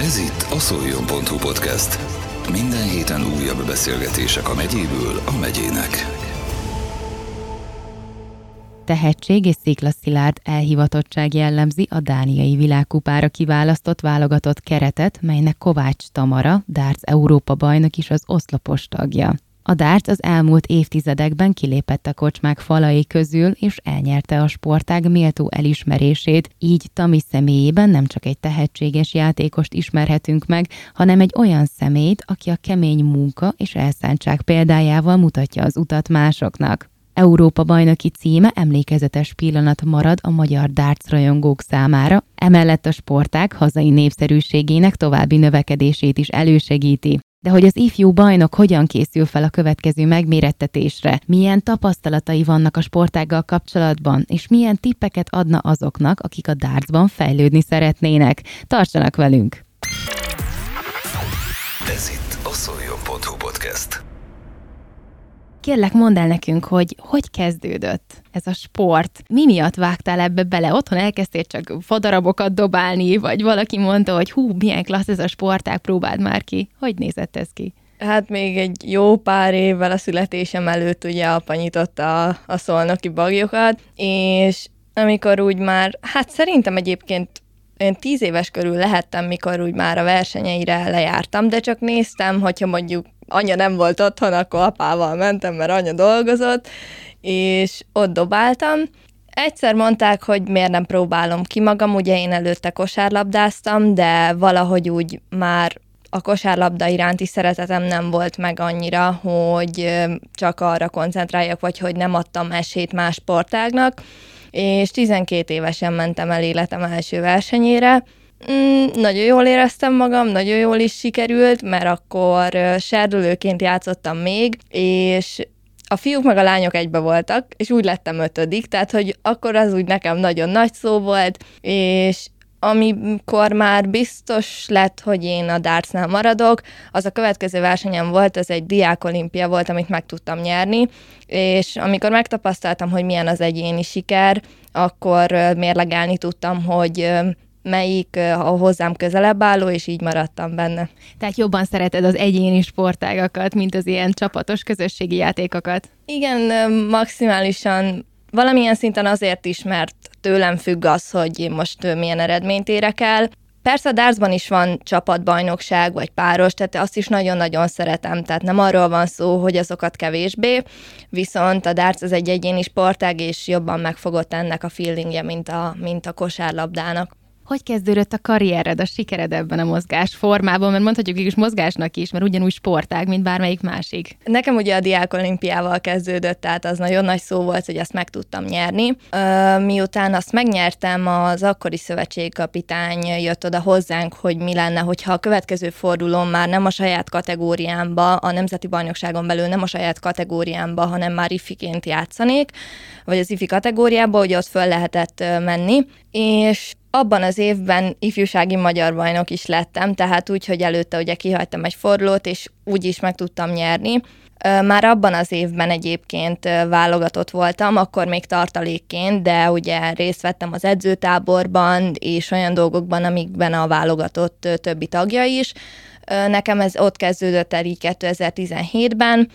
Ez itt a Szoljon.hu podcast. Minden héten újabb beszélgetések a megyéből a megyének. Tehetség és sziklaszilárd elhivatottság jellemzi a dániai világkupára kiválasztott válogatott keretet, melynek Kovács Tamara, darts Európa-bajnok is az oszlopos tagja. A darts az elmúlt évtizedekben kilépett a kocsmák falai közül, és elnyerte a sportág méltó elismerését, így Tami személyében nem csak egy tehetséges játékost ismerhetünk meg, hanem egy olyan személyt, aki a kemény munka és elszántság példájával mutatja az utat másoknak. Európa-bajnoki címe emlékezetes pillanat marad a magyar darts rajongók számára, emellett a sportág hazai népszerűségének további növekedését is elősegíti. De hogy az ifjú bajnok hogyan készül fel a következő megmérettetésre, milyen tapasztalatai vannak a sportággal kapcsolatban, és milyen tippeket adna azoknak, akik a dartsban fejlődni szeretnének. Tartsanak velünk! Ez itt a Szoljon.hu podcast. Kérlek, mondd el nekünk, hogy kezdődött ez a sport? Mi miatt vágtál ebbe bele? Otthon elkezdtél csak fadarabokat dobálni, vagy valaki mondta, hogy milyen klassz ez a sportág, próbáld már ki. Hogy nézett ez ki? Hát még egy jó pár évvel a születésem előtt ugye apa nyitotta a szolnoki baglyokat, és amikor úgy már, szerintem egyébként én 10 éves körül lehettem, mikor úgy már a versenyeire lejártam, de csak néztem, hogyha mondjuk anya nem volt otthon, akkor apával mentem, mert anya dolgozott, és ott dobáltam. Egyszer mondták, hogy miért nem próbálom ki magam, ugye én előtte kosárlabdáztam, de valahogy úgy már a kosárlabda iránti szeretetem nem volt meg annyira, hogy csak arra koncentráljak, vagy hogy nem adtam esélyt más sportágnak, és 12 évesen mentem el életem első versenyére. Nagyon jól éreztem magam, nagyon jól is sikerült, mert akkor serdülőként játszottam még, és a fiúk meg a lányok egybe voltak, és úgy lettem 5., tehát hogy akkor az úgy nekem nagyon nagy szó volt, és amikor már biztos lett, hogy én a dartsnál maradok, az a következő versenyem volt, az egy diákolimpia volt, amit meg tudtam nyerni, és amikor megtapasztaltam, hogy milyen az egyéni siker, akkor mérlegelni tudtam, hogy melyik a hozzám közelebb álló, és így maradtam benne. Tehát jobban szereted az egyéni sportágakat, mint az ilyen csapatos közösségi játékokat? Igen, maximálisan valamilyen szinten azért is, mert tőlem függ az, hogy én most milyen eredményt érek el. Persze a dartsban is van csapatbajnokság, vagy páros, tehát azt is nagyon-nagyon szeretem, tehát nem arról van szó, hogy azokat kevésbé, viszont a darts az egy egyéni sportág, és jobban megfogott ennek a feelingje, mint a kosárlabdának. Hogy kezdődött a karriered, a sikered ebben a mozgás formában, mert mondhatjuk is mozgásnak is, mert ugyanúgy sportág, mint bármelyik másik. Nekem ugye a diákolimpiával kezdődött, tehát az nagyon nagy szó volt, hogy ezt meg tudtam nyerni. Miután azt megnyertem, az akkori szövetségkapitány jött oda hozzánk, hogy mi lenne, hogyha a következő fordulón már nem a saját kategóriámba, a nemzeti bajnokságon belül nem a saját kategóriámba, hanem már ifiként játszanék, vagy az ifi kategóriába, hogy ott föl lehetett menni, és abban az évben ifjúsági magyar bajnok is lettem, tehát úgy, hogy előtte ugye kihagytam egy fordulót, és úgy is meg tudtam nyerni. Már abban az évben egyébként válogatott voltam, akkor még tartalékként, de ugye részt vettem az edzőtáborban, és olyan dolgokban, amikben a válogatott többi tagja is. Nekem ez ott kezdődött el így 2017-ben.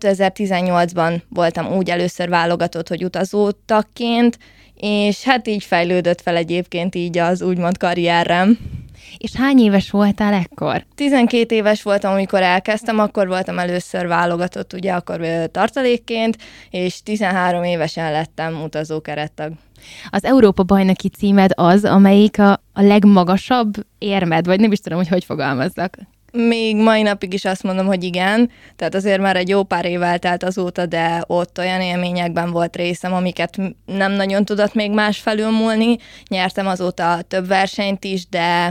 2018-ban voltam úgy először válogatott, hogy utazótagként, és hát így fejlődött fel egyébként így az úgymond karrierem. És hány éves voltál ekkor? 12 éves voltam, amikor elkezdtem, akkor voltam először válogatott, ugye akkor tartalékként, és 13 évesen lettem utazókerettag. Az Európa-bajnoki címed az, amelyik a legmagasabb érmed, vagy nem is tudom, hogy fogalmazzak. Még mai napig is azt mondom, hogy igen, tehát azért már egy jó pár év eltelt azóta, de ott olyan élményekben volt részem, amiket nem nagyon tudott még más felülmúlni. Nyertem azóta több versenyt is,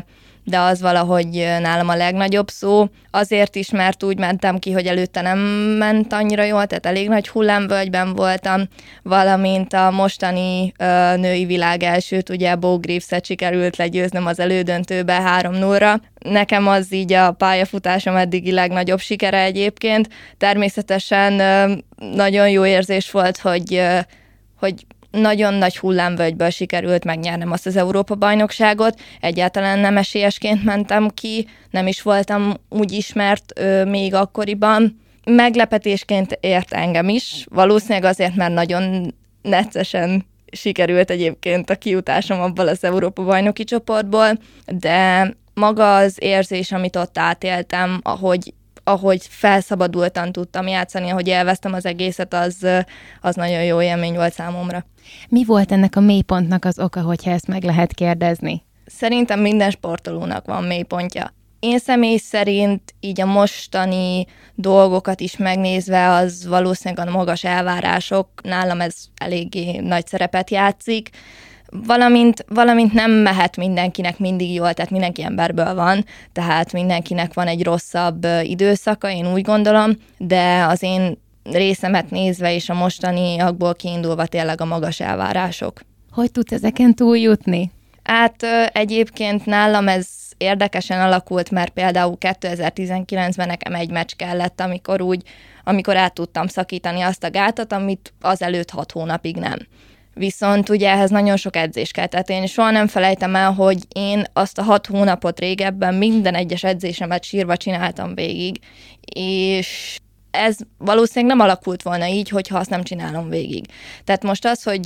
de az valahogy nálam a legnagyobb szó. Azért is, mert úgy mentem ki, hogy előtte nem ment annyira jól, tehát elég nagy hullámvölgyben voltam, valamint a mostani női világ elsőt, ugye Bo Greaves-et sikerült legyőznöm az elődöntőbe 3-0-ra. Nekem az így a pályafutásom eddigi legnagyobb sikere egyébként. Természetesen nagyon jó érzés volt, hogy nagyon nagy hullámvölgyből sikerült megnyernem azt az Európa-bajnokságot, egyáltalán nem esélyesként mentem ki, nem is voltam úgy ismert még akkoriban. Meglepetésként ért engem is, valószínűleg azért, mert nagyon neccesen sikerült egyébként a kijutásom abból az Európa-bajnoki csoportból, de maga az érzés, amit ott átéltem, ahogy felszabadultan tudtam játszani, ahogy élveztem az egészet, az nagyon jó élmény volt számomra. Mi volt ennek a mélypontnak az oka, hogyha ezt meg lehet kérdezni? Szerintem minden sportolónak van mélypontja. Én személy szerint így a mostani dolgokat is megnézve, az valószínűleg a magas elvárások, nálam ez eléggé nagy szerepet játszik, valamint nem mehet mindenkinek mindig jól, tehát mindenki emberből van, tehát mindenkinek van egy rosszabb időszaka, én úgy gondolom, de az én részemet nézve és a mostaniakból kiindulva tényleg a magas elvárások. Hogy tudsz ezeken túljutni? Hát egyébként nálam ez érdekesen alakult, mert például 2019-ben nekem egy meccs kellett, amikor át tudtam szakítani azt a gátat, amit azelőtt 6 hónapig nem. Viszont ugye ehhez nagyon sok edzés kell, tehát én soha nem felejtem el, hogy én azt a 6 hónapot régebben minden egyes edzésemet sírva csináltam végig, és ez valószínűleg nem alakult volna így, hogyha azt nem csinálom végig. Tehát most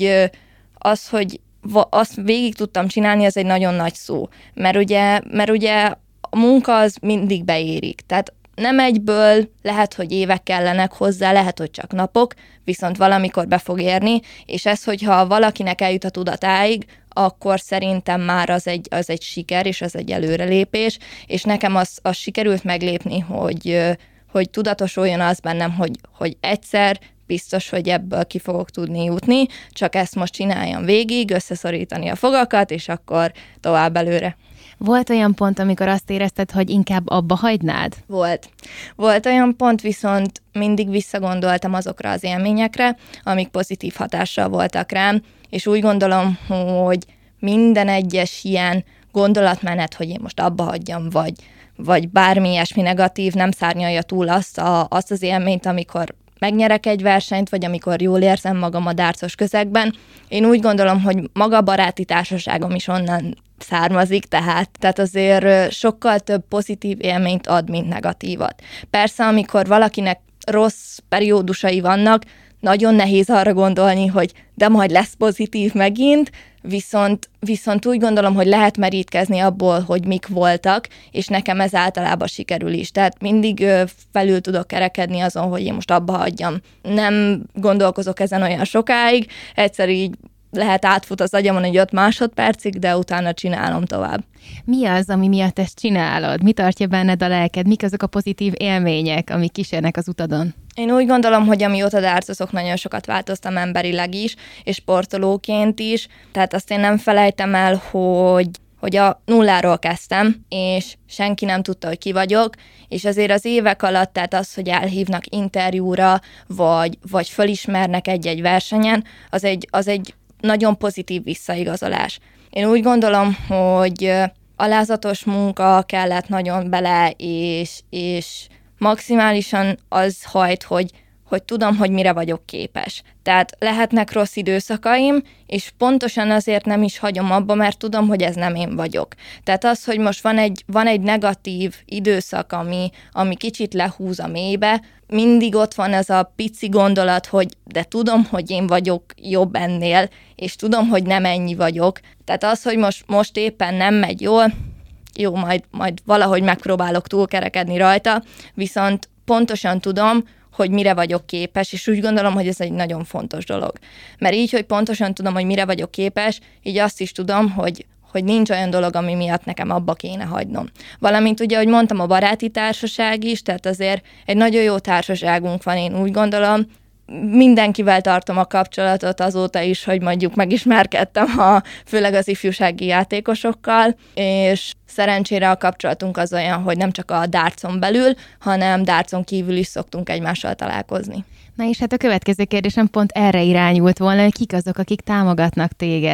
hogy azt végig tudtam csinálni, az egy nagyon nagy szó, mert ugye a munka az mindig beérik, tehát nem egyből, lehet, hogy évek kellenek hozzá, lehet, hogy csak napok, viszont valamikor be fog érni, és ez, hogyha valakinek eljut a tudatáig, akkor szerintem már az egy siker, és az egy előrelépés, és nekem az sikerült meglépni, hogy tudatosuljon az bennem, hogy egyszer biztos, hogy ebből ki fogok tudni jutni, csak ezt most csináljam végig, összeszorítani a fogakat, és akkor tovább előre. Volt olyan pont, amikor azt érezted, hogy inkább abba hagynád? Volt olyan pont, viszont mindig visszagondoltam azokra az élményekre, amik pozitív hatással voltak rám, és úgy gondolom, hogy minden egyes ilyen gondolatmenet, hogy én most abba hagyjam, vagy bármi ilyesmi negatív nem szárnyalja túl azt az élményt, amikor megnyerek egy versenyt, vagy amikor jól érzem magam a dárcos közegben. Én úgy gondolom, hogy maga a baráti társaságom is onnan származik, tehát azért sokkal több pozitív élményt ad, mint negatívat. Persze, amikor valakinek rossz periódusai vannak, nagyon nehéz arra gondolni, hogy de majd lesz pozitív megint, viszont úgy gondolom, hogy lehet merítkezni abból, hogy mik voltak, és nekem ez általában sikerül is. Tehát mindig felül tudok kerekedni azon, hogy én most abba hagyjam. Nem gondolkozok ezen olyan sokáig, egyszer így lehet átfut az agyamon egy 5 másodpercig, de utána csinálom tovább. Mi az, ami miatt ezt csinálod? Mi tartja benned a lelked? Mik azok a pozitív élmények, amik kísérnek az utadon? Én úgy gondolom, hogy amióta dárcozok, nagyon sokat változtam emberileg is, és sportolóként is. Tehát azt én nem felejtem el, hogy a nulláról kezdtem, és senki nem tudta, hogy ki vagyok, és azért az évek alatt, tehát az, hogy elhívnak interjúra, vagy fölismernek egy-egy versenyen, az egy nagyon pozitív visszaigazolás. Én úgy gondolom, hogy alázatos munka kellett nagyon bele, és maximálisan az hajt, hogy tudom, hogy mire vagyok képes. Tehát lehetnek rossz időszakaim, és pontosan azért nem is hagyom abba, mert tudom, hogy ez nem én vagyok. Tehát az, hogy most van egy negatív időszak, ami kicsit lehúz a mélybe, mindig ott van ez a pici gondolat, hogy de tudom, hogy én vagyok jobb ennél, és tudom, hogy nem ennyi vagyok. Tehát az, hogy most éppen nem megy jól, jó, majd valahogy megpróbálok túlkerekedni rajta, viszont pontosan tudom, hogy mire vagyok képes, és úgy gondolom, hogy ez egy nagyon fontos dolog. Mert így, hogy pontosan tudom, hogy mire vagyok képes, így azt is tudom, hogy nincs olyan dolog, ami miatt nekem abba kéne hagynom. Valamint ugye, ahogy mondtam, a baráti társaság is, tehát azért egy nagyon jó társaságunk van, én úgy gondolom. Mindenkivel tartom a kapcsolatot azóta is, hogy mondjuk megismerkedtem, főleg az ifjúsági játékosokkal, és szerencsére a kapcsolatunk az olyan, hogy nem csak a dárcon belül, hanem dárcon kívül is szoktunk egymással találkozni. Na és hát a következő kérdésem pont erre irányult volna, hogy kik azok, akik támogatnak téged?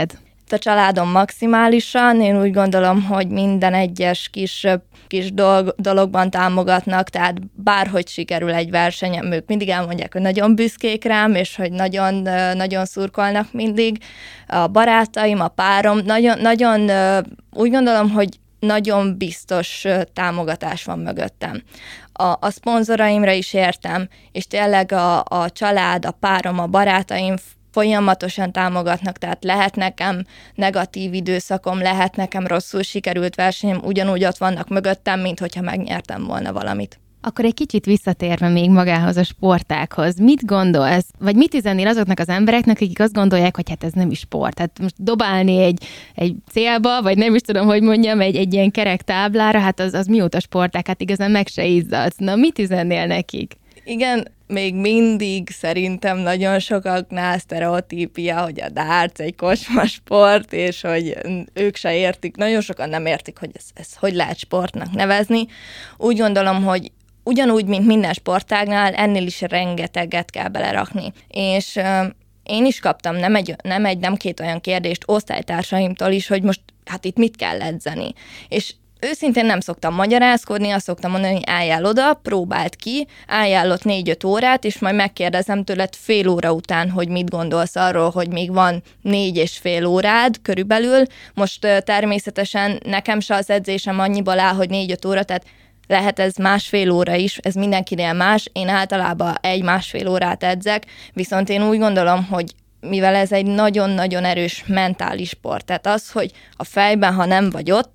a családom maximálisan, én úgy gondolom, hogy minden egyes kis dologban támogatnak, tehát bárhogy sikerül egy versenyem, ők mindig elmondják, hogy nagyon büszkék rám, és hogy nagyon, nagyon szurkolnak mindig. A barátaim, a párom, nagyon úgy gondolom, hogy nagyon biztos támogatás van mögöttem. A szponzoraimra is értem, és tényleg a család, a párom, a barátaim folyamatosan támogatnak, tehát lehet nekem negatív időszakom, lehet nekem rosszul sikerült versenyem, ugyanúgy ott vannak mögöttem, mint hogyha megnyertem volna valamit. Akkor egy kicsit visszatérve még magához a sportághoz, mit gondolsz, vagy mit üzennél azoknak az embereknek, akik azt gondolják, hogy hát ez nem is sport, hát most dobálni egy célba, vagy nem is tudom, hogy mondjam, egy ilyen kerek táblára, hát az mióta sportág, hát igazán meg se izzadsz. Na, mit üzennél nekik? Igen, még mindig szerintem nagyon sokaknál sztereotípia, hogy a darts egy kocsmasport, és hogy ők se értik, nagyon sokan nem értik, hogy ez hogy lehet sportnak nevezni. Úgy gondolom, hogy ugyanúgy, mint minden sportágnál, ennél is rengeteget kell belerakni. És én is kaptam nem két olyan kérdést osztálytársaimtól is, hogy most hát itt mit kell edzeni. És őszintén nem szoktam magyarázkodni, azt szoktam mondani, hogy álljál oda, próbáld ki, álljál ott 4-5 órát, és majd megkérdezem tőled fél óra után, hogy mit gondolsz arról, hogy még van 4,5 órád körülbelül. Most természetesen nekem se az edzésem annyiból áll, hogy 4-5 óra, tehát lehet ez 1,5 óra is, ez mindenkinél más, én általában 1,5 órát edzek, viszont én úgy gondolom, hogy mivel ez egy nagyon-nagyon erős mentális sport, tehát az, hogy a fejben, ha nem vagy ott,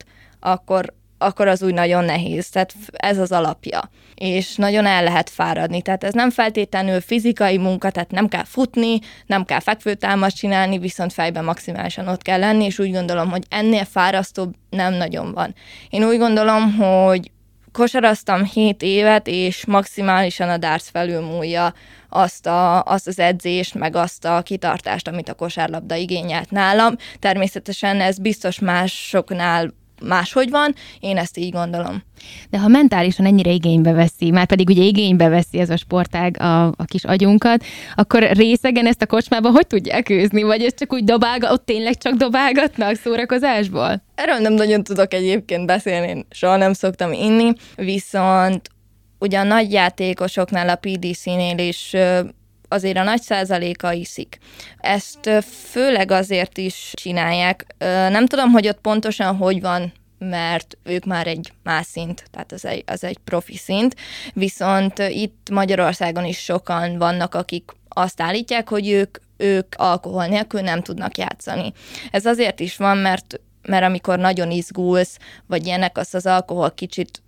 akkor az úgy nagyon nehéz, tehát ez az alapja. És nagyon el lehet fáradni, tehát ez nem feltétlenül fizikai munka, tehát nem kell futni, nem kell fekvőtámaszt csinálni, viszont fejben maximálisan ott kell lenni, és úgy gondolom, hogy ennél fárasztóbb nem nagyon van. Én úgy gondolom, hogy kosaraztam 7 évet, és maximálisan a darts felülmúlja azt az edzést, meg azt a kitartást, amit a kosárlabda igényelt nálam. Természetesen ez biztos másoknál máshogy van, én ezt így gondolom. De ha mentálisan ennyire igénybe veszi, már pedig ugye igénybe veszi ez a sportág a kis agyunkat, akkor részegen ezt a kocsmában hogy tudják űzni? Vagy ez csak úgy ott tényleg csak dobálgatnak szórakozásból? Erről nem nagyon tudok egyébként beszélni, én soha nem szoktam inni, viszont ugye a nagy játékosoknál, a PDC-nél is azért a nagy százaléka iszik. Ezt főleg azért is csinálják. Nem tudom, hogy ott pontosan hogy van, mert ők már egy más szint, tehát az egy profi szint, viszont itt Magyarországon is sokan vannak, akik azt állítják, hogy ők alkohol nélkül nem tudnak játszani. Ez azért is van, mert amikor nagyon izgulsz, vagy ilyenek, azt az alkohol kicsit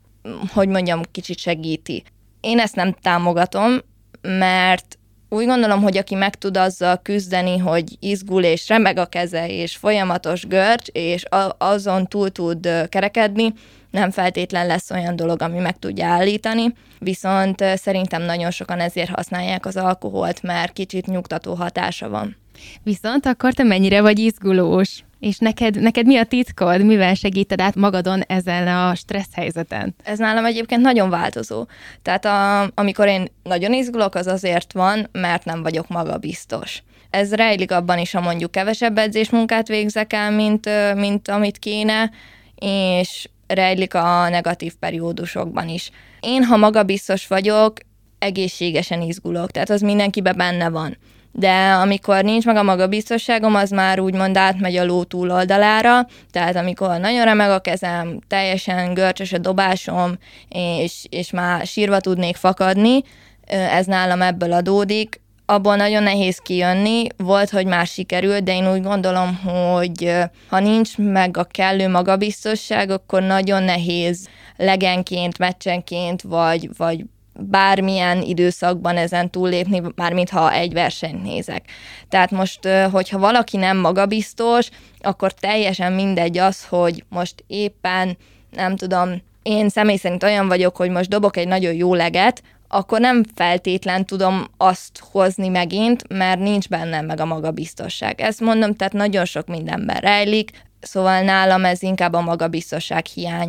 segíti. Én ezt nem támogatom, mert úgy gondolom, hogy aki meg tud azzal küzdeni, hogy izgul és remeg a keze, és folyamatos görcs, és azon túl tud kerekedni, nem feltétlen lesz olyan dolog, ami meg tudja állítani, viszont szerintem nagyon sokan ezért használják az alkoholt, mert kicsit nyugtató hatása van. Viszont akkor te mennyire vagy izgulós? És neked mi a titkod? Mivel segíted át magadon ezen a stressz helyzeten? Ez nálam egyébként nagyon változó. Tehát amikor én nagyon izgulok, az azért van, mert nem vagyok magabiztos. Ez rejlik abban is, ha mondjuk kevesebb edzésmunkát végzek el, mint amit kéne, és rejlik a negatív periódusokban is. Én, ha magabiztos vagyok, egészségesen izgulok, tehát az mindenkiben benne van. De amikor nincs meg a magabiztosságom, az már úgymond átmegy a ló túloldalára, tehát amikor nagyon remeg a kezem, teljesen görcsös a dobásom, és már sírva tudnék fakadni, ez nálam ebből adódik, abból nagyon nehéz kijönni, volt, hogy már sikerült, de én úgy gondolom, hogy ha nincs meg a kellő magabiztosság, akkor nagyon nehéz legenként, meccsenként, vagy bármilyen időszakban ezen túllépni, mármint ha egy versenyt nézek. Tehát most, hogyha valaki nem magabiztos, akkor teljesen mindegy az, hogy most éppen, nem tudom, én személy szerint olyan vagyok, hogy most dobok egy nagyon jó leget, akkor nem feltétlen tudom azt hozni megint, mert nincs bennem meg a magabiztosság. Ezt mondom, tehát nagyon sok mindenben rejlik, szóval nálam ez inkább a magabiztosság hiánya.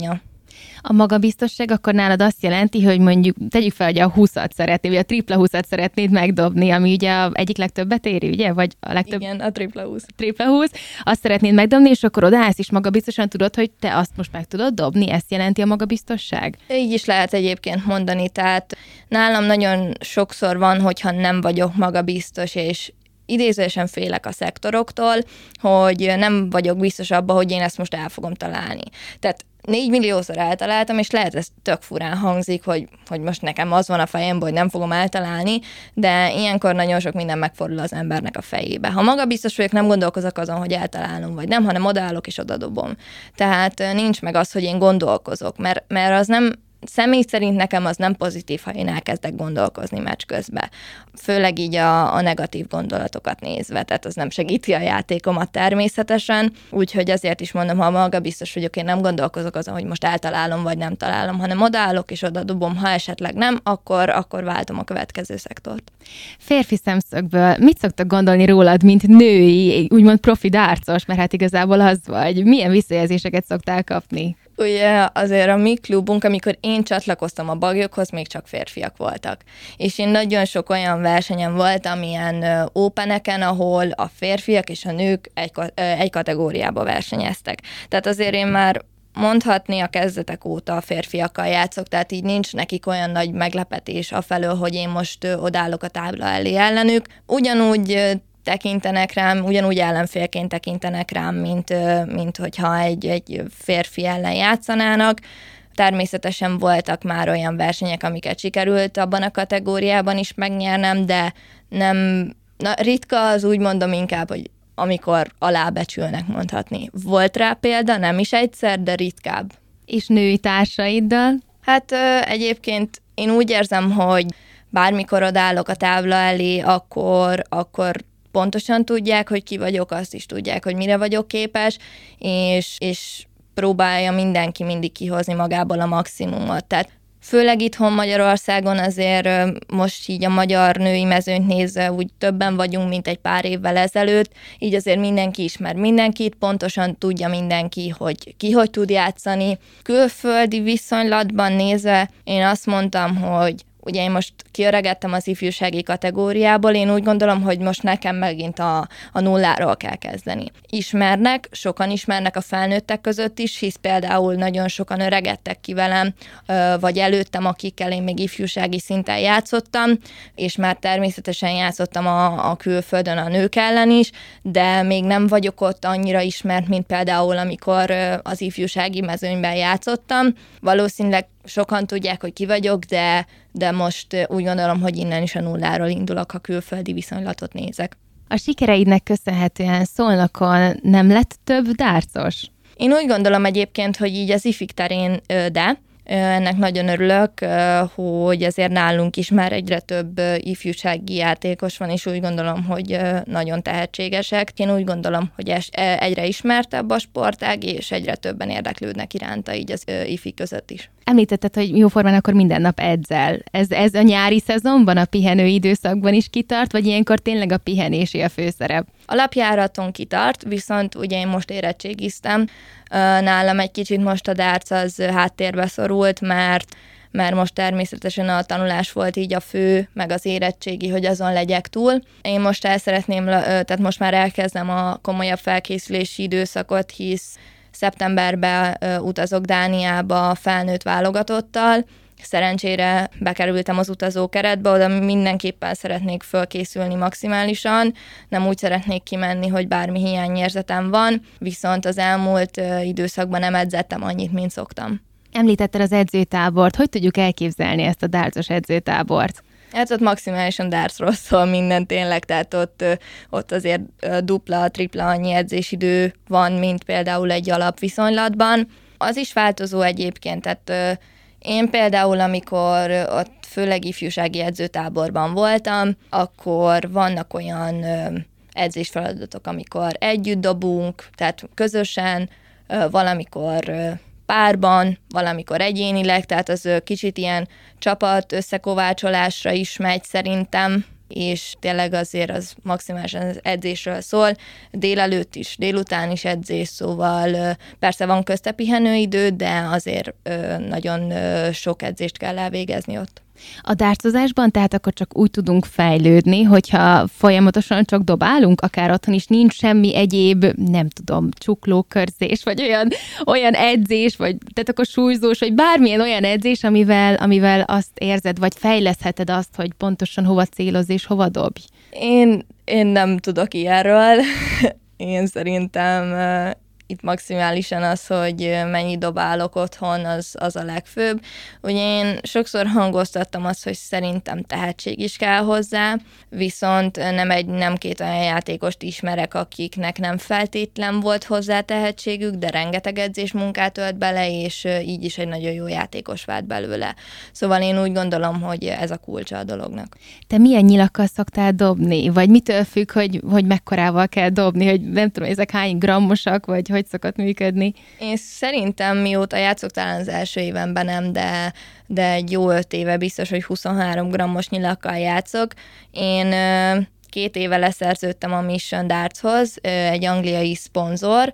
A magabiztosság akkor nálad azt jelenti, hogy mondjuk tegyük fel, hogy a 20-at szeretnéd, vagy a tripla 20-at szeretnéd megdobni, ami ugye egyik legtöbbet éri, ugye? Vagy a legtöbb... Igen, a tripla 20. Tripla 20, azt szeretnéd megdobni, és akkor odaállsz is magabiztosan tudod, hogy te azt most meg tudod dobni, ezt jelenti a magabiztosság? Így is lehet egyébként mondani, tehát nálam nagyon sokszor van, hogyha nem vagyok magabiztos, és idézősen félek a szektoroktól, hogy nem vagyok biztos abban, hogy én ezt most el fogom találni. Tehát 4 milliószor eltaláltam, és lehet ez tök furán hangzik, hogy most nekem az van a fejemben, hogy nem fogom eltalálni, de ilyenkor nagyon sok minden megfordul az embernek a fejébe. Ha magabiztos vagyok, nem gondolkozok azon, hogy eltalálom vagy nem, hanem odaállok és odadobom. Tehát nincs meg az, hogy én gondolkozok, mert az nem, személy szerint nekem az nem pozitív, ha én elkezdek gondolkozni meccs közben. Főleg így a negatív gondolatokat nézve, tehát az nem segíti a játékomat természetesen, úgyhogy ezért is mondom, ha magabiztos vagyok, én nem gondolkozok azon, hogy most eltalálom vagy nem találom, hanem odaállok és oda dobom, ha esetleg nem, akkor váltom a következő szektort. Férfi szemszögből mit szoktak gondolni rólad, mint női, úgymond profi dárcos, mert hát igazából az vagy. Milyen visszajelzéseket szoktál kapni? Ugye azért a mi klubunk, amikor én csatlakoztam a Bagyokhoz, még csak férfiak voltak. És én nagyon sok olyan versenyen voltam, ilyen openeken, ahol a férfiak és a nők egy kategóriába versenyeztek. Tehát azért én már mondhatni a kezdetek óta a férfiakkal játszok, tehát így nincs nekik olyan nagy meglepetés afelől, hogy én most odállok a tábla elé ellenük. Ugyanúgy tekintenek rám, ugyanúgy ellenfélként tekintenek rám, mint hogyha egy férfi ellen játszanának. Természetesen voltak már olyan versenyek, amiket sikerült abban a kategóriában is megnyernem, de nem, ritka az, úgy mondom inkább, hogy amikor alábecsülnek, mondhatni. Volt rá példa, nem is egyszer, de ritkább. És női társaiddal? Hát egyébként én úgy érzem, hogy bármikor odállok a tábla elé, akkor pontosan tudják, hogy ki vagyok, azt is tudják, hogy mire vagyok képes, és próbálja mindenki mindig kihozni magából a maximumot. Tehát főleg itthon Magyarországon azért most így a magyar női mezőnyt nézve úgy többen vagyunk, mint egy pár évvel ezelőtt, így azért mindenki ismer mindenkit, pontosan tudja mindenki, hogy ki hogy tud játszani. Külföldi viszonylatban nézve én azt mondtam, hogy ugye én most kiöregettem az ifjúsági kategóriából, én úgy gondolom, hogy most nekem megint a nulláról kell kezdeni. Sokan ismernek a felnőttek között is, hisz például nagyon sokan öregedtek ki velem, vagy előttem, akikkel én még ifjúsági szinten játszottam, és már természetesen játszottam a külföldön a nők ellen is, de még nem vagyok ott annyira ismert, mint például amikor az ifjúsági mezőnyben játszottam. Valószínűleg sokan tudják, hogy ki vagyok, de most úgy gondolom, hogy innen is a nulláról indulok, ha külföldi viszonylatot nézek. A sikereidnek köszönhetően Szolnokon nem lett több dárcos? Én úgy gondolom egyébként, hogy így az ifik terén, de ennek nagyon örülök, hogy azért nálunk is már egyre több ifjúsági játékos van, és úgy gondolom, hogy nagyon tehetségesek. Én úgy gondolom, hogy egyre ismertebb a sportág, és egyre többen érdeklődnek iránta, így az ifi között is. Említetted, hogy jóformán akkor minden nap edzel. Ez a nyári szezonban, a pihenő időszakban is kitart, vagy ilyenkor tényleg a pihenésé a főszerep? Alapjáraton kitart, viszont ugye én most érettségiztem. Nálam egy kicsit most a dárc az háttérbe szorult, mert most természetesen a tanulás volt így a fő, meg az érettségi, hogy azon legyek túl. Én most tehát most már elkezdem a komolyabb felkészülési időszakot, hisz szeptemberben utazok Dániába felnőtt válogatottal. Szerencsére bekerültem az utazókeretbe, oda mindenképpen szeretnék fölkészülni maximálisan, nem úgy szeretnék kimenni, hogy bármi hiányérzetem van, viszont az elmúlt időszakban nem edzettem annyit, mint szoktam. Említetted az edzőtábort, hogy tudjuk elképzelni ezt a dárcos edzőtábort? Hát ott maximálisan dárcról szól minden tényleg, tehát ott azért dupla, tripla annyi edzésidő van, mint például egy alapviszonylatban. Az is változó egyébként, tehát én például, amikor ott főleg ifjúsági edzőtáborban voltam, akkor vannak olyan edzésfeladatok, amikor együtt dobunk, tehát közösen, valamikor párban, valamikor egyénileg, tehát az kicsit ilyen csapat összekovácsolásra is megy szerintem, és tényleg azért az maximálisan az edzésről szól. Délelőtt is, délután is edzés, szóval persze van közte pihenőidő, de azért nagyon sok edzést kell elvégezni ott. A dárcozásban tehát akkor csak úgy tudunk fejlődni, hogyha folyamatosan csak dobálunk, akár otthon is nincs semmi egyéb, nem tudom, csuklókörzés, vagy olyan edzés, vagy tehát akkor súlyzós, vagy bármilyen olyan edzés, amivel azt érzed, vagy fejlesztheted azt, hogy pontosan hova célozz és hova dobj. Én nem tudok ilyenről. Én szerintem itt maximálisan az, hogy mennyi dobálok otthon, az a legfőbb. Ugye én sokszor hangoztattam azt, hogy szerintem tehetség is kell hozzá, viszont nem két olyan játékost ismerek, akiknek nem feltétlen volt hozzá tehetségük, de rengeteg edzésmunkát ölt bele, és így is egy nagyon jó játékos vált belőle. Szóval én úgy gondolom, hogy ez a kulcsa a dolognak. Te milyen nyilakkal szoktál dobni? Vagy mitől függ, hogy mekkorával kell dobni? Hogy nem tudom, ezek hány grammosak, vagy hogy szokott működni? Én szerintem mióta játszok, talán az első évenben nem, de egy jó 5 éve biztos, hogy 23 grammos nyilakkal játszok. Én 2 éve leszerződtem a Mission Dartshoz, egy angliai szponzor,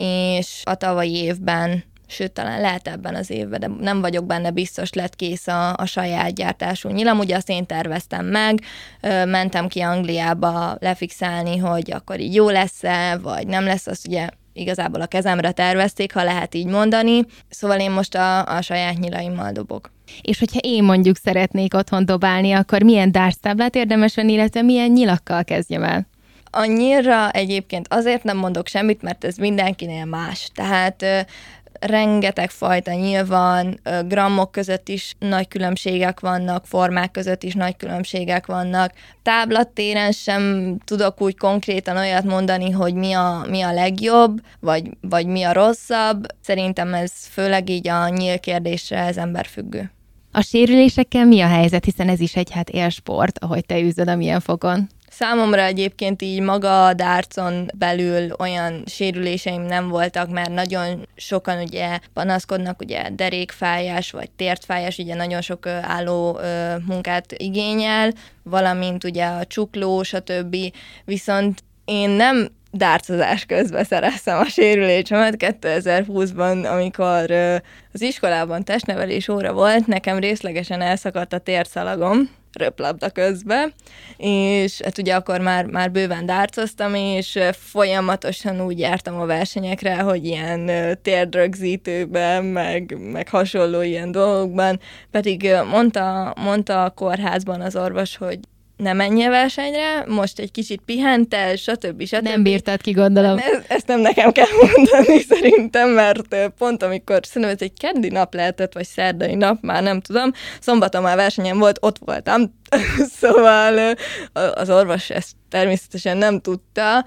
és a tavalyi évben, sőt, talán lehet ebben az évben, de nem vagyok benne biztos, lett kész a saját gyártású nyilam. Ugye azt én terveztem meg, mentem ki Angliába lefixálni, hogy akkor így jó lesz-e, vagy nem lesz, azt ugye igazából a kezemre tervezték, ha lehet így mondani. Szóval én most a saját nyilaimmal dobok. És hogyha én mondjuk szeretnék otthon dobálni, akkor milyen dárctáblát érdemes venni, illetve milyen nyilakkal kezdjem el? A nyílra egyébként azért nem mondok semmit, mert ez mindenkinél más. Tehát rengeteg fajta nyíl van, grammok között is nagy különbségek vannak, formák között is nagy különbségek vannak. Táblattéren sem tudok úgy konkrétan olyat mondani, hogy mi a legjobb, vagy mi a rosszabb. Szerintem ez főleg így a nyíl kérdésre ez emberfüggő. A sérülésekkel mi a helyzet, hiszen ez is egy élsport, ahogy te űzöd a milyen fokon? Számomra egyébként így maga a dárcon belül olyan sérüléseim nem voltak, mert nagyon sokan ugye panaszkodnak, ugye derékfájás vagy tértfájás, ugye nagyon sok álló munkát igényel, valamint ugye a csukló, stb. Viszont én nem dárcozás közben szereztem a sérülésemet 2020-ban, amikor az iskolában testnevelés óra volt, nekem részlegesen elszakadt a térszalagom röplabda közben, és hát ugye akkor már bőven dárcoztam, és folyamatosan úgy jártam a versenyekre, hogy ilyen térdrögzítőben, meg hasonló ilyen dolgokban, pedig mondta a kórházban az orvos, hogy ne menjél versenyre, most egy kicsit pihentel, stb. Nem bírtad ki, gondolom. Ezt nem nekem kell mondani szerintem, mert pont amikor szerintem ez egy keddi nap lehetett, vagy szerdai nap, már nem tudom, szombaton már versenyen volt, ott voltam, szóval az orvos ezt természetesen nem tudta,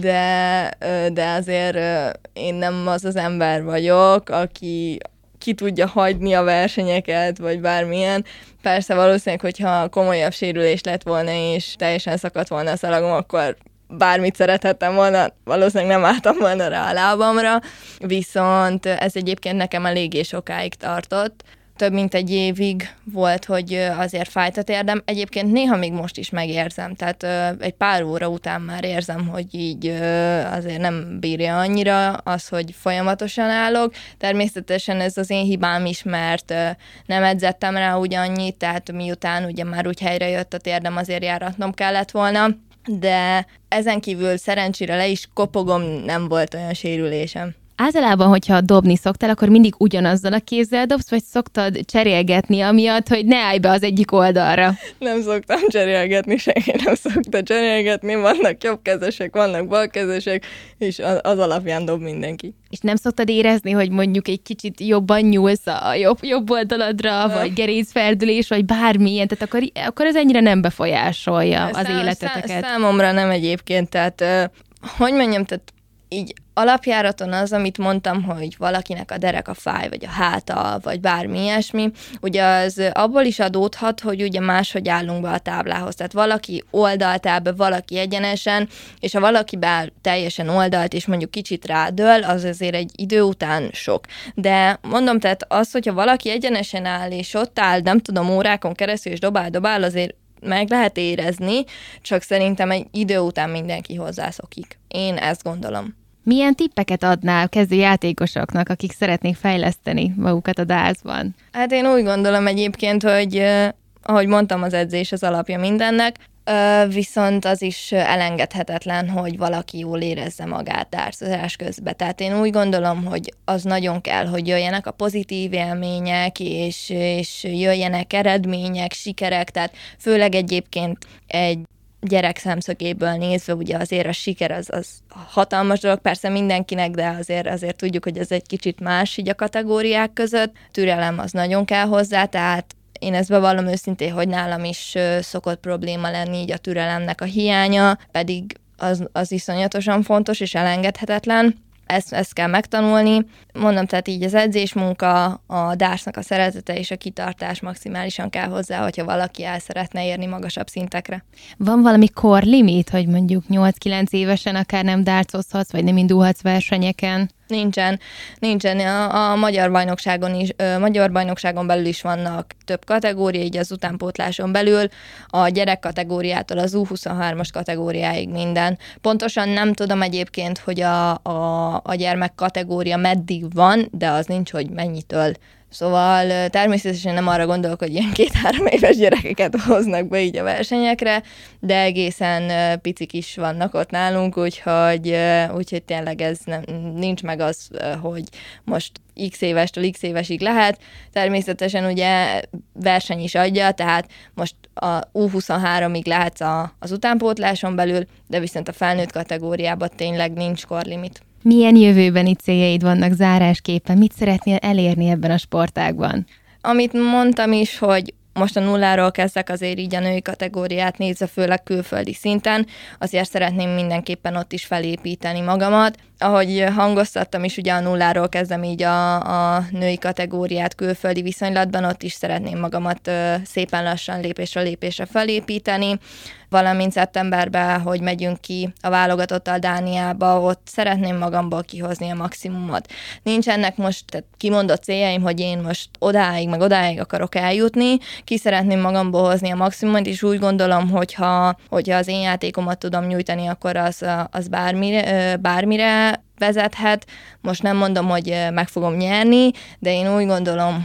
de azért én nem az ember vagyok, aki ki tudja hagyni a versenyeket, vagy bármilyen. Persze valószínűleg, hogyha komolyabb sérülés lett volna, és teljesen szakadt volna a szalagom, akkor bármit szerethettem volna, valószínűleg nem álltam volna rá a lábamra, viszont ez egyébként nekem eléggé sokáig tartott. Több mint egy évig volt, hogy azért fájt a térdem. Egyébként néha még most is megérzem, tehát egy pár óra után már érzem, hogy így azért nem bírja annyira az, hogy folyamatosan állok. Természetesen ez az én hibám is, mert nem edzettem rá úgy annyit, tehát miután ugye már úgy helyre jött a térdem, azért járatnom kellett volna, de ezen kívül szerencsére le is kopogom, nem volt olyan sérülésem. Általában, hogyha dobni szoktál, akkor mindig ugyanazzal a kézzel dobsz, vagy szoktad cserélgetni amiatt, hogy ne állj be az egyik oldalra? Nem szoktam cserélgetni, senki nem szokta cserélgetni, vannak jobbkezesek, vannak balkezesek, és az alapján dob mindenki. És nem szoktad érezni, hogy mondjuk egy kicsit jobban nyúlsz a jobb oldaladra, vagy gerincferdülés, vagy bármilyen, tehát akkor ez ennyire nem befolyásolja az életeteket? Számomra nem egyébként, tehát hogy mondjam, tehát így alapjáraton az, amit mondtam, hogy valakinek a dereka fáj, vagy a háta, vagy bármi ilyesmi, ugye az abból is adódhat, hogy ugye máshogy állunk be a táblához. Tehát valaki oldalt áll be, valaki egyenesen, és ha valaki beáll teljesen oldalt, és mondjuk kicsit rádől, az azért egy idő után sok. De mondom, tehát az, hogyha valaki egyenesen áll, és ott áll, nem tudom, órákon keresztül, és dobál, azért meg lehet érezni, csak szerintem egy idő után mindenki hozzászokik. Én ezt gondolom. Milyen tippeket adnál kezdő játékosoknak, akik szeretnék fejleszteni magukat a dartsban? Hát én úgy gondolom egyébként, hogy ahogy mondtam, az edzés az alapja mindennek, viszont az is elengedhetetlen, hogy valaki jól érezze magát dartsozás közben. Tehát én úgy gondolom, hogy az nagyon kell, hogy jöjjenek a pozitív élmények, és jöjjenek eredmények, sikerek, tehát főleg egyébként egy gyerek szemszögéből nézve, ugye azért a siker az hatalmas dolog, persze mindenkinek, de azért tudjuk, hogy ez egy kicsit más így a kategóriák között. Türelem az nagyon kell hozzá, tehát én ezt bevallom őszintén, hogy nálam is szokott probléma lenni így a türelemnek a hiánya, pedig az iszonyatosan fontos és elengedhetetlen. Ezt kell megtanulni. Mondom, tehát így az edzésmunka, a dartsnak a szeretete és a kitartás maximálisan kell hozzá, hogyha valaki el szeretne érni magasabb szintekre. Van valami korlimit, hogy mondjuk 8-9 évesen akár nem dartsozhatsz, vagy nem indulhatsz versenyeken? Nincsen. A magyar bajnokságon belül is vannak több kategória, így az utánpótláson belül, a gyerek kategóriától az U23-as kategóriáig minden. Pontosan nem tudom egyébként, hogy a gyermek kategória meddig van, de az nincs, hogy mennyitől. Szóval természetesen nem arra gondolok, hogy ilyen 2-3 éves gyerekeket hoznak be így a versenyekre, de egészen picik is vannak ott nálunk, úgyhogy tényleg ez nincs meg az, hogy most x évestől x évesig lehet. Természetesen ugye verseny is adja, tehát most a U23-ig lehetsz az utánpótláson belül, de viszont a felnőtt kategóriában tényleg nincs korlimit. Milyen jövőbeni céljaid vannak zárásképpen? Mit szeretnél elérni ebben a sportágban? Amit mondtam is, hogy most a nulláról kezdek azért így a női kategóriát nézve, főleg külföldi szinten, azért szeretném mindenképpen ott is felépíteni magamat. Ahogy hangoztattam is, ugye a nulláról kezdem így a női kategóriát külföldi viszonylatban, ott is szeretném magamat szépen lassan lépésről lépésre felépíteni, valamint szeptemberben, hogy megyünk ki a válogatottal Dániába, ott szeretném magamból kihozni a maximumot. Nincs ennek most kimondott céljaim, hogy én most odáig akarok eljutni, ki szeretném magamból hozni a maximumot, és úgy gondolom, hogyha az én játékomat tudom nyújtani, akkor az bármire vezethet. Most nem mondom, hogy meg fogom nyerni, de én úgy gondolom,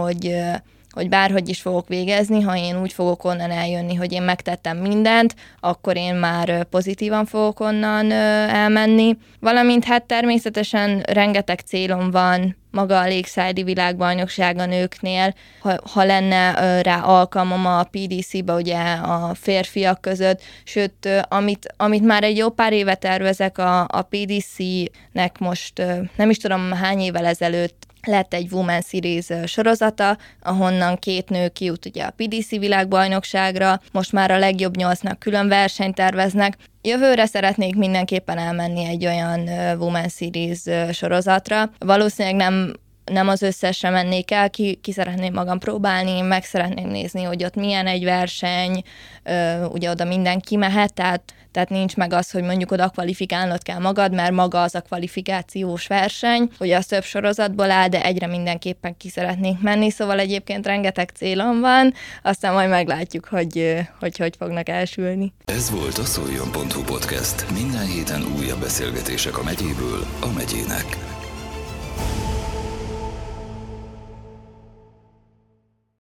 hogy bárhogy is fogok végezni, ha én úgy fogok onnan eljönni, hogy én megtettem mindent, akkor én már pozitívan fogok onnan elmenni. Valamint hát természetesen rengeteg célom van, maga a Lakeside-i világbajnokság a nőknél, ha lenne rá alkalmam a PDC-be, ugye a férfiak között, sőt, amit már egy jó pár éve tervezek, a PDC-nek most nem is tudom hány évvel ezelőtt lett egy Women Series sorozata, ahonnan 2 nő kijut ugye a PDC világbajnokságra, most már a legjobb 8-nak külön versenyt terveznek. Jövőre szeretnék mindenképpen elmenni egy olyan Women Series sorozatra. Valószínűleg nem az összesre mennék el, ki szeretném magam próbálni, meg szeretném nézni, hogy ott milyen egy verseny, ugye oda mindenki mehet, tehát nincs meg az, hogy mondjuk oda kvalifikálnod kell magad, mert maga az a kvalifikációs verseny, ugye az több sorozatból áll, de egyre mindenképpen ki szeretnék menni, szóval egyébként rengeteg célom van, aztán majd meglátjuk, hogy fognak elsülni. Ez volt a Szoljon.hu podcast. Minden héten újabb beszélgetések a megyéből a megyének.